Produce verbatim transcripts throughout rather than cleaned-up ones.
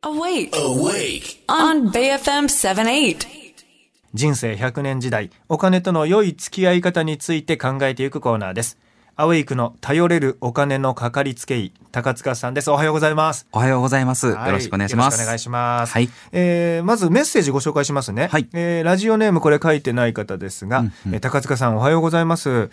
Awake. Awake. On ベイエフエムセブンティーエイト。 人生ひゃくねん時代、お金との良い付き合い方について考えていくコーナーです。アウェイクの頼れるお金のかかりつけ医、高塚さんです。おはようございます。 おはようございます。 はい、 よろしくお願いします。 よろしくお願いします。 はい。 えー、まずメッセージご紹介しますね。 はい。 えー、ラジオネームこれ書いてない方ですが、うんうん、えー、高塚さんおはようございます、うん。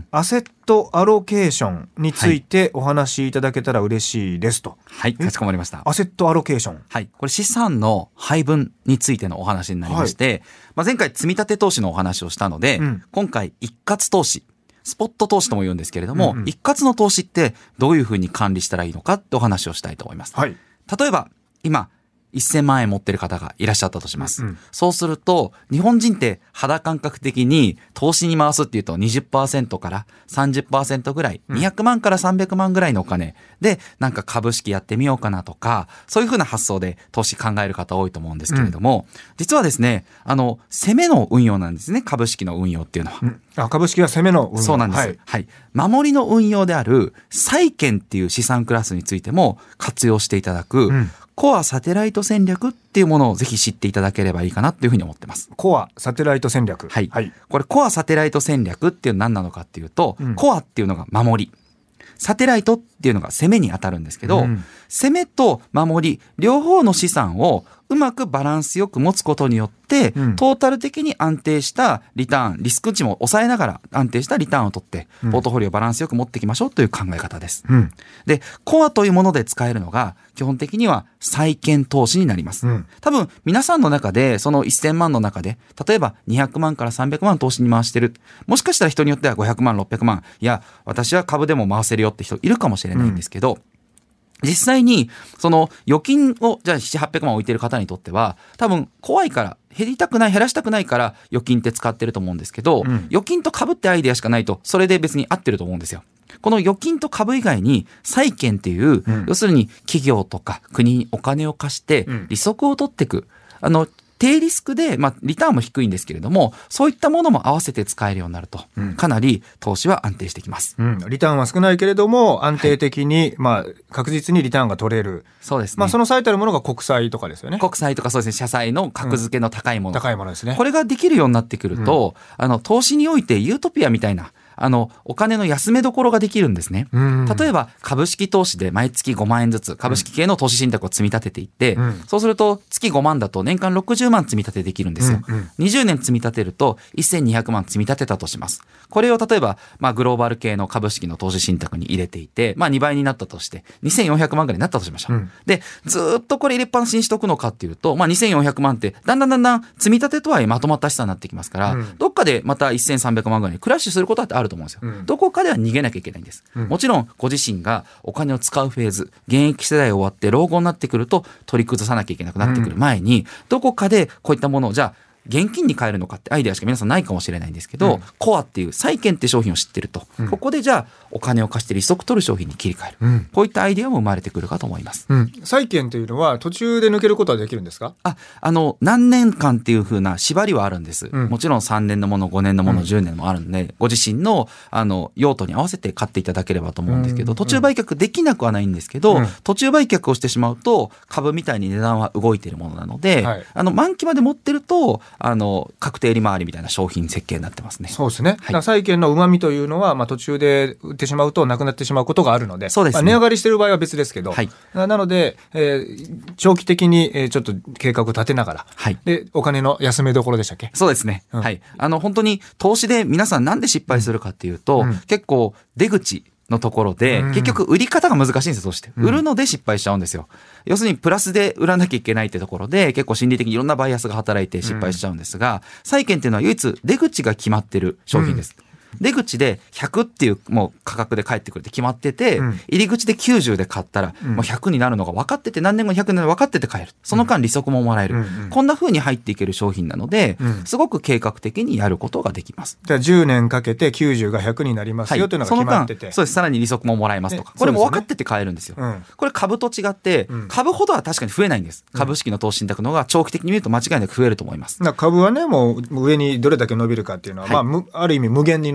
アセットアロケーションについてお話しいただけたら嬉しいですと。 はい。かしこまりました。 アセットアロケーション。 はい。これ資産の配分についてのお話になりまして、はい、まあ、前回積み立て投資のお話をしたので、うん、今回一括投資。スポット投資とも言うんですけれども、うんうん、一括の投資ってどういうふうに管理したらいいのかってお話をしたいと思います。はい、例えば今せんまんえん持ってる方がいらっしゃったとします、うんうん、そうすると日本人って肌感覚的に投資に回すっていうと にじゅっパーセント から さんじゅっパーセント ぐらい、うん、にひゃくまんからさんびゃくまんぐらいのお金でなんか株式やってみようかなとかそういうふうな発想で投資考える方多いと思うんですけれども、うん、実はですねあの攻めの運用なんですね。株式の運用っていうのは、うん、 あ株式は攻めの運用。 そうなんです、はいはい、守りの運用である債券っていう資産クラスについても活用していただく、うん、コアサテライト戦略っていうものをぜひ知っていただければいいかなというふうに思ってます。 コアサテライト戦略。 はい。はい、これコアサテライト戦略っていうのは何なのかっていうと、うん、コアっていうのが守り、サテライトっていうのが攻めに当たるんですけど、うん、攻めと守り両方の資産をうまくバランスよく持つことによって、うん、トータル的に安定したリターン、リスク値も抑えながら安定したリターンを取って、うん、ポートフォリオをバランスよく持っていきましょうという考え方です、うん、で、コアというもので使えるのが基本的には債券投資になります、うん、多分皆さんの中でそのせんまんの中で例えばにひゃくまんからさんびゃくまん投資に回してる、もしかしたら人によってはごひゃくまんろっぴゃくまん、いや私は株でも回せるよって人いるかもしれないんですけど、うん、実際にその預金をじゃあななひゃくはっぴゃくまん置いてる方にとっては多分怖いから減りたくない減らしたくないから預金って使ってると思うんですけど、うん、預金と株ってアイデアしかないとそれで別に合ってると思うんですよ。この預金と株以外に債券っていう、うん、要するに企業とか国にお金を貸して利息を取っていく、あの低リスクで、まあ、リターンも低いんですけれどもそういったものも合わせて使えるようになると、うん、かなり投資は安定してきます、 うん、リターンは少ないけれども安定的に、はい、まあ、確実にリターンが取れる。そうですね。まあ、その最たるものが国債とかですよね。 国債とかそうですね、社債の格付けの高いもの、うん、 高いものですね。 これができるようになってくると、うん、あの投資においてユートピアみたいなあのお金の安めどころができるんですね。例えば株式投資で毎月ごまんえんずつ株式系の投資信託を積み立てていって、うん、そうすると月ごまんだと年間ろくじゅうまん積み立てできるんですよ、うんうん、にじゅうねん積み立てるとせんにひゃくまん積み立てたとします。これを例えば、まあ、グローバル系の株式の投資信託に入れていて、まあ、にばいになったとしてにせんよんひゃくまんぐらいになったとしましょう、うん、でずっとこれ入れっぱなしにしとくのかっていうと、まあ、にせんよんひゃくまんってだんだんだんだん積み立てとはいえまとまった資産になってきますから、うん、どっかでまたせんさんびゃくまんぐらいにクラッシュすることってあると思うんですよ、うん、どこかでは逃げなきゃいけないんです、うん、もちろんご自身がお金を使うフェーズ、現役世代終わって老後になってくると取り崩さなきゃいけなくなってくる前に、うん、どこかでこういったものをじゃあ現金に変えるのかってアイデアしか皆さんないかもしれないんですけど、うん、コアっていう債券って商品を知ってると、うん、ここでじゃあお金を貸して利息取る商品に切り替える、うん、こういったアイデアも生まれてくるかと思います、 うん、債券というのは途中で抜けることはできるんですか？ ああの何年間っていう風な縛りはあるんです、うん、もちろんさんねんのものごねんのもの、うん、じゅうねんもあるのでご自身 の, あの用途に合わせて買っていただければと思うんですけど、うん、途中売却できなくはないんですけど、うん、途中売却をしてしまうと株みたいに値段は動いているものなので、はい、あの満期まで持ってるとあの確定利回りみたいな商品設計になってますね。 そうですね、はい、だから債券の旨味というのは、まあ、途中で売ってしまうとなくなってしまうことがあるので、そうですね、まあ、値上がりしている場合は別ですけど、はい、なので、えー、長期的に、えー、ちょっと計画を立てながら、はい、でお金の安めどころでしたっけ？ そうですね、うん、はい、あの本当に投資で皆さんなんで失敗するかっていうと、うん、結構出口のところで、うん、結局売り方が難しいんですよ。どうして、うん、売るので失敗しちゃうんですよ。要するにプラスで売らなきゃいけないってところで結構心理的にいろんなバイアスが働いて失敗しちゃうんですが、うん、債券っていうのは唯一出口が決まってる商品です、うん、出口でひゃくっていうもう価格で返ってくるって決まってて、うん、入り口できゅうじゅうで買ったら、うん、もうひゃくになるのが分かってて何年後にひゃくになるのが分かってて買える、その間利息ももらえる、うんうんうん、こんな風に入っていける商品なので、うん、すごく計画的にやることができます。 じゃあじゅうねんかけてきゅうじゅうがひゃくになりますよ、はい、というのが決まってて、 その間そうです、さらに利息ももらえますとか、これも分かってて買えるんですよ、うん、これ株と違って、うん、株ほどは確かに増えないんです、うん、株式の投資信託の方が長期的に見ると間違いなく増えると思います。 だから株はねもう上にどれだけ伸びるかっていうのは、はい、まあ、ある意味無限に伸び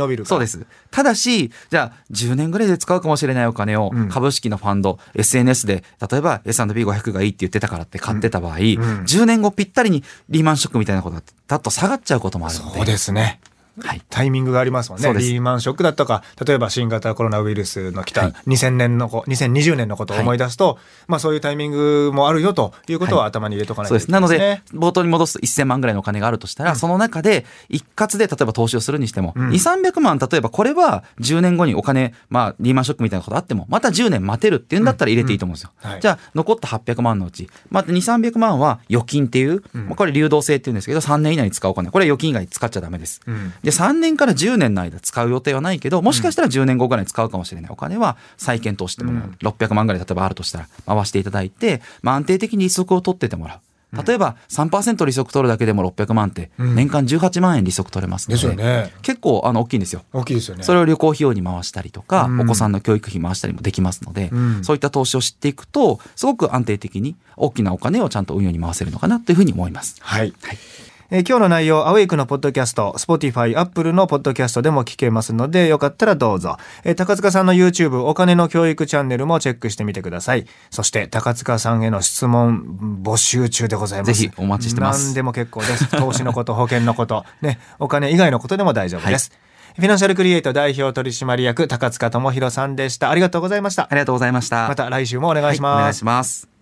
伸びるから。 そうです。ただし、じゃあじゅうねんぐらいで使うかもしれないお金を株式のファンド、うん、エスエヌエス で例えば エスアンドピーごひゃく がいいって言ってたからって買ってた場合、うんうん、じゅうねんごぴったりにリーマンショックみたいなことだってだと下がっちゃうこともあるので。 そうですね。はい、タイミングがありますもんね。リーマンショックだとか、例えば新型コロナウイルスの来たにせんねんのにせんにじゅうねんのことを思い出すと、はい、まあそういうタイミングもあるよということは頭に入れとかないといけないですね。 そうです。なので冒頭に戻すいっせんまんぐらいのお金があるとしたら、うん、その中で一括で例えば投資をするにしても、うん、にせんさんびゃくまん、例えばこれはじゅうねんごにお金、まあリーマンショックみたいなことあってもまたじゅうねん待てるっていうんだったら入れていいと思うんですよ。うんうんはい、じゃあ残ったはっぴゃくまんのうちまたにせんさんびゃくまんは預金っていう、うんまあ、これ流動性っていうんですけどさんねん以内に使うお金、これは預金以外に使っちゃダメです。うん、でさんねんからじゅうねんの間使う予定はないけど、もしかしたらじゅうねんごぐらいに使うかもしれないお金は再検討してもらう、うん、ろっぴゃくまんぐらい例えばあるとしたら回していただいて、まあ、安定的に利息を取っててもらう。例えば さんパーセント 利息取るだけでもろっぴゃくまんって年間じゅうはちまんえん利息取れますので、うんですよね、結構あの大きいんですよ。 大きいですよね。 それを旅行費用に回したりとか、うん、お子さんの教育費回したりもできますので、うん、そういった投資を知っていくとすごく安定的に大きなお金をちゃんと運用に回せるのかなというふうに思います。 はい、はいえー、今日の内容アウェイクのポッドキャスト Spotify、Apple のポッドキャストでも聞けますのでよかったらどうぞ、えー、高塚さんの YouTube お金の教育チャンネルもチェックしてみてください。そして高塚さんへの質問募集中でございます。 ぜひお待ちしてます。 何でも結構です。投資のこと保険のこと、ね、お金以外のことでも大丈夫です、はい、フィナンシャルクリエイト代表取締役高塚智博さんでした。ありがとうございました。 ありがとうございました。 また来週もお願いします、 はい、お願いします。